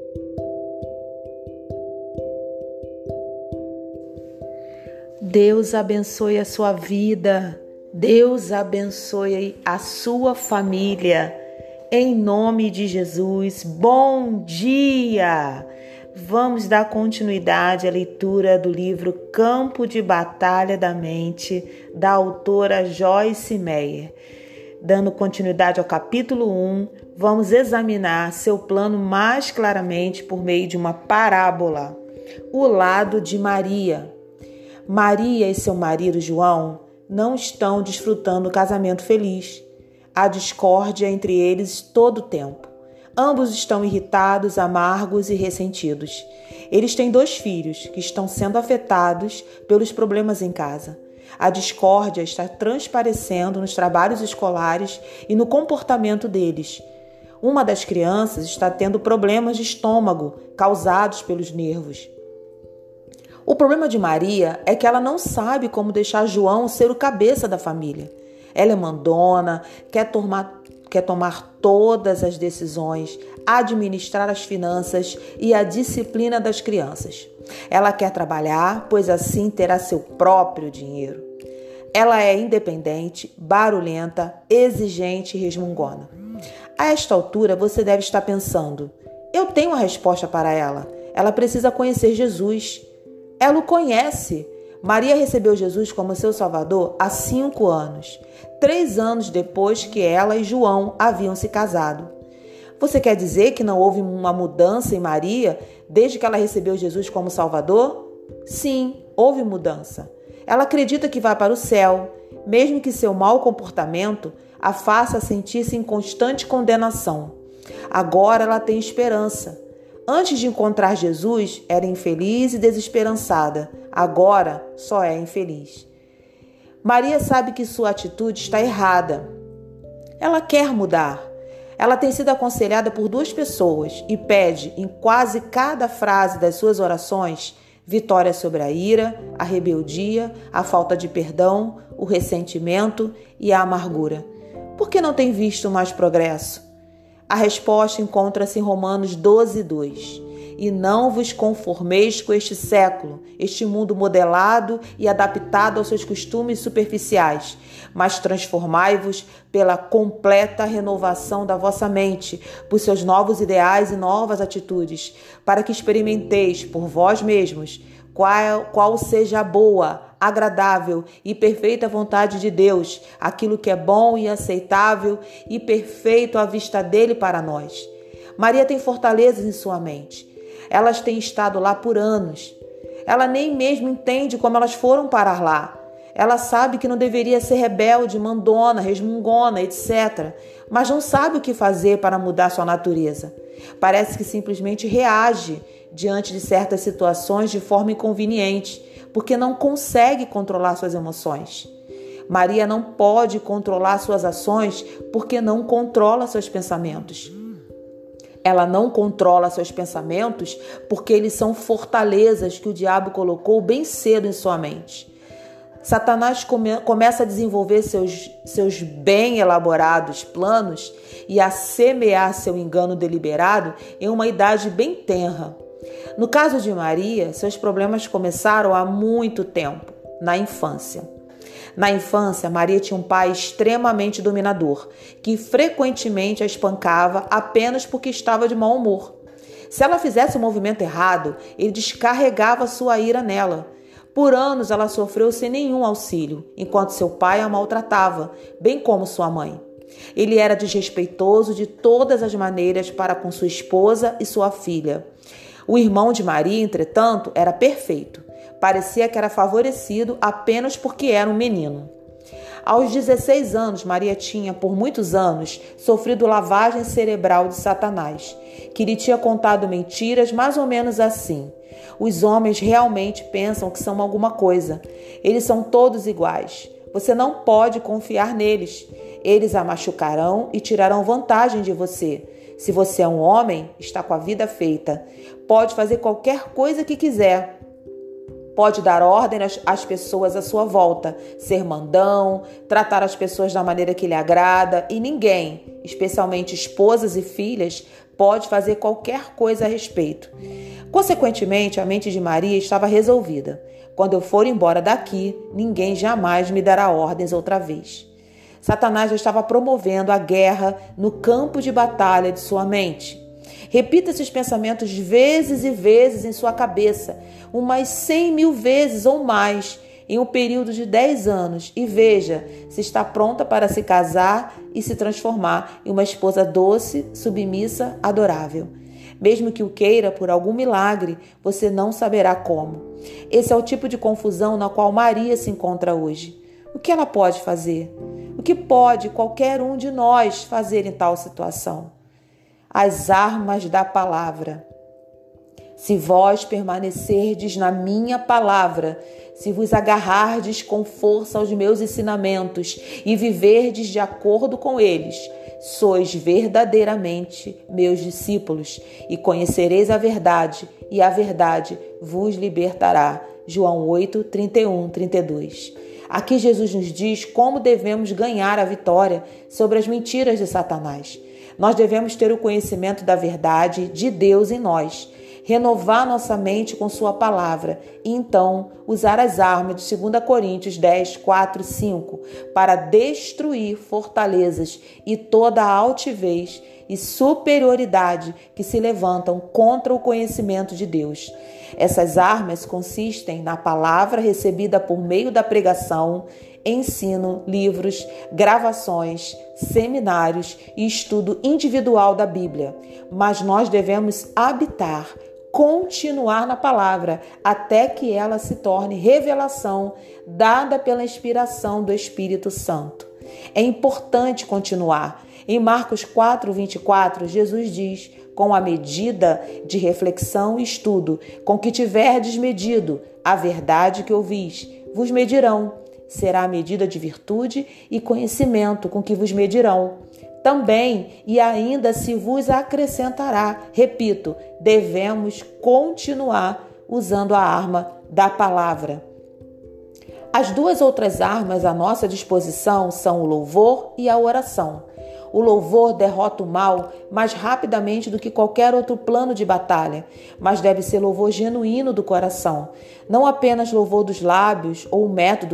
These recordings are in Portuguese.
Deus abençoe a sua vida, Deus abençoe a sua família, em nome de Jesus. Bom dia! Vamos dar continuidade à leitura do livro Campo de Batalha da Mente, da autora Joyce Meyer. Dando continuidade ao capítulo 1, vamos examinar seu plano mais claramente por meio de uma parábola, o lado de Maria. Maria e seu marido João não estão desfrutando um casamento feliz. Há discórdia entre eles todo o tempo. Ambos estão irritados, amargos e ressentidos. Eles têm 2 filhos que estão sendo afetados pelos problemas em casa. A discórdia está transparecendo nos trabalhos escolares e no comportamento deles. Uma das crianças está tendo problemas de estômago causados pelos nervos. O problema de Maria é que ela não sabe como deixar João ser o cabeça da família. Ela é mandona, quer tomar todas as decisões, administrar as finanças e a disciplina das crianças. Ela quer trabalhar, pois assim terá seu próprio dinheiro. Ela é independente, barulhenta, exigente e resmungona. A esta altura, você deve estar pensando: eu tenho a resposta para ela. Ela precisa conhecer Jesus. Ela o conhece. Maria recebeu Jesus como seu Salvador há 5 anos, 3 anos depois que ela e João haviam se casado. Você quer dizer que não houve uma mudança em Maria desde que ela recebeu Jesus como Salvador? Sim, houve mudança. Ela acredita que vai para o céu, mesmo que seu mau comportamento a faça sentir-se em constante condenação. Agora ela tem esperança. Antes de encontrar Jesus, era infeliz e desesperançada. Agora, só é infeliz. Maria sabe que sua atitude está errada. Ela quer mudar. Ela tem sido aconselhada por 2 pessoas e pede, em quase cada frase das suas orações, vitória sobre a ira, a rebeldia, a falta de perdão, o ressentimento e a amargura. Por que não tem visto mais progresso? A resposta encontra-se em Romanos 12:2. E não vos conformeis com este século, este mundo modelado e adaptado aos seus costumes superficiais, mas transformai-vos pela completa renovação da vossa mente, por seus novos ideais e novas atitudes, para que experimenteis por vós mesmos qual seja a boa, agradável e perfeita vontade de Deus, aquilo que é bom e aceitável e perfeito à vista dele para nós. Maria tem fortalezas em sua mente. Elas têm estado lá por anos. Ela nem mesmo entende como elas foram parar lá. Ela sabe que não deveria ser rebelde, mandona, resmungona, etc., mas não sabe o que fazer para mudar sua natureza. Parece que simplesmente reage diante de certas situações de forma inconveniente, porque não consegue controlar suas emoções. Maria não pode controlar suas ações porque não controla seus pensamentos. Ela não controla seus pensamentos porque eles são fortalezas que o diabo colocou bem cedo em sua mente. Satanás começa a desenvolver seus bem elaborados planos e a semear seu engano deliberado em uma idade bem tenra. No caso de Maria, seus problemas começaram há muito tempo, na infância. Na infância, Maria tinha um pai extremamente dominador, que frequentemente a espancava apenas porque estava de mau humor. Se ela fizesse um movimento errado, ele descarregava sua ira nela. Por anos, ela sofreu sem nenhum auxílio, enquanto seu pai a maltratava, bem como sua mãe. Ele era desrespeitoso de todas as maneiras para com sua esposa e sua filha. O irmão de Maria, entretanto, era perfeito. Parecia que era favorecido apenas porque era um menino. Aos 16 anos, Maria tinha, por muitos anos, sofrido lavagem cerebral de Satanás, que lhe tinha contado mentiras mais ou menos assim: os homens realmente pensam que são alguma coisa. Eles são todos iguais. Você não pode confiar neles. Eles a machucarão e tirarão vantagem de você. Se você é um homem, está com a vida feita. Pode fazer qualquer coisa que quiser. Pode dar ordem às pessoas à sua volta, ser mandão, tratar as pessoas da maneira que lhe agrada e ninguém, especialmente esposas e filhas, pode fazer qualquer coisa a respeito. Consequentemente, a mente de Maria estava resolvida. Quando eu for embora daqui, ninguém jamais me dará ordens outra vez. Satanás já estava promovendo a guerra no campo de batalha de sua mente. Repita esses pensamentos vezes e vezes em sua cabeça, umas 100.000 vezes ou mais, em um período de 10 anos, e veja se está pronta para se casar e se transformar em uma esposa doce, submissa, adorável. Mesmo que o queira por algum milagre, você não saberá como. Esse é o tipo de confusão na qual Maria se encontra hoje. O que ela pode fazer? O que pode qualquer um de nós fazer em tal situação? As armas da palavra. Se vós permanecerdes na minha palavra, se vos agarrardes com força aos meus ensinamentos e viverdes de acordo com eles, sois verdadeiramente meus discípulos e conhecereis a verdade, e a verdade vos libertará. João 8, 31, 32. Aqui Jesus nos diz como devemos ganhar a vitória sobre as mentiras de Satanás. Nós devemos ter o conhecimento da verdade de Deus em nós, renovar nossa mente com sua palavra e então usar as armas de 2 Coríntios 10, 4 e 5 para destruir fortalezas e toda a altivez e superioridade que se levantam contra o conhecimento de Deus. Essas armas consistem na palavra recebida por meio da pregação, ensino, livros, gravações, seminários e estudo individual da Bíblia. Mas nós devemos habitar, continuar na palavra até que ela se torne revelação dada pela inspiração do Espírito Santo. É importante continuar. Em Marcos 4, 24, Jesus diz: com a medida de reflexão e estudo com que tiverdes medido a verdade que ouvis, vos medirão. Será a medida de virtude e conhecimento com que vos medirão. Também e ainda se vos acrescentará. Repito, devemos continuar usando a arma da palavra. As duas outras armas à nossa disposição são o louvor e a oração. O louvor derrota o mal mais rapidamente do que qualquer outro plano de batalha, mas deve ser louvor genuíno do coração, não apenas louvor dos lábios ou um método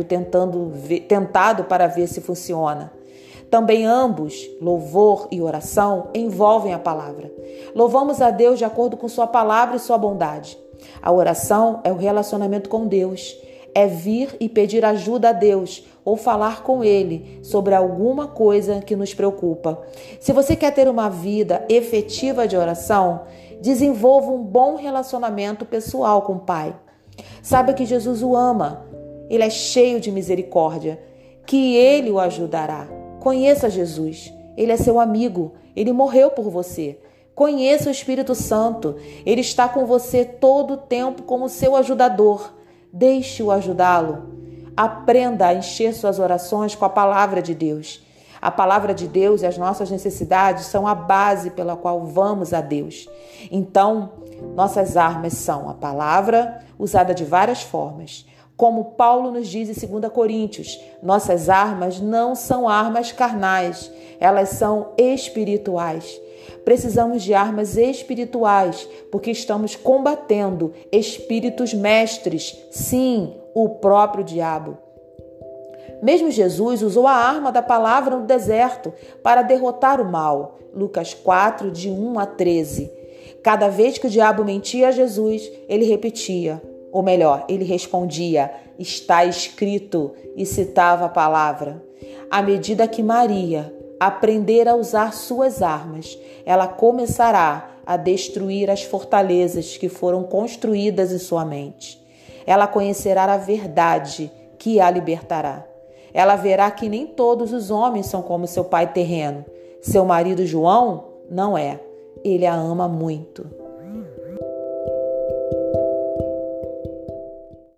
tentado para ver se funciona. Também ambos, louvor e oração, envolvem a palavra. Louvamos a Deus de acordo com sua palavra e sua bondade. A oração é o relacionamento com Deus. É vir e pedir ajuda a Deus ou falar com Ele sobre alguma coisa que nos preocupa. Se você quer ter uma vida efetiva de oração, desenvolva um bom relacionamento pessoal com o Pai. Saiba que Jesus o ama, Ele é cheio de misericórdia, que Ele o ajudará. Conheça Jesus, Ele é seu amigo, Ele morreu por você. Conheça o Espírito Santo, Ele está com você todo o tempo como seu ajudador. Deixe-o ajudá-lo. Aprenda a encher suas orações com a palavra de Deus. A palavra de Deus e as nossas necessidades são a base pela qual vamos a Deus. Então, nossas armas são a palavra, usada de várias formas. Como Paulo nos diz em 2 Coríntios, nossas armas não são armas carnais, elas são espirituais. Precisamos de armas espirituais, porque estamos combatendo espíritos mestres, sim, o próprio diabo. Mesmo Jesus usou a arma da palavra no deserto para derrotar o mal. Lucas 4, de 1 a 13. Cada vez que o diabo mentia a Jesus, ele repetia, ou melhor, ele respondia, está escrito, e citava a palavra. À medida que Maria aprender a usar suas armas, ela começará a destruir as fortalezas que foram construídas em sua mente. Ela conhecerá a verdade que a libertará. Ela verá que nem todos os homens são como seu pai terreno. Seu marido João não é. Ele a ama muito.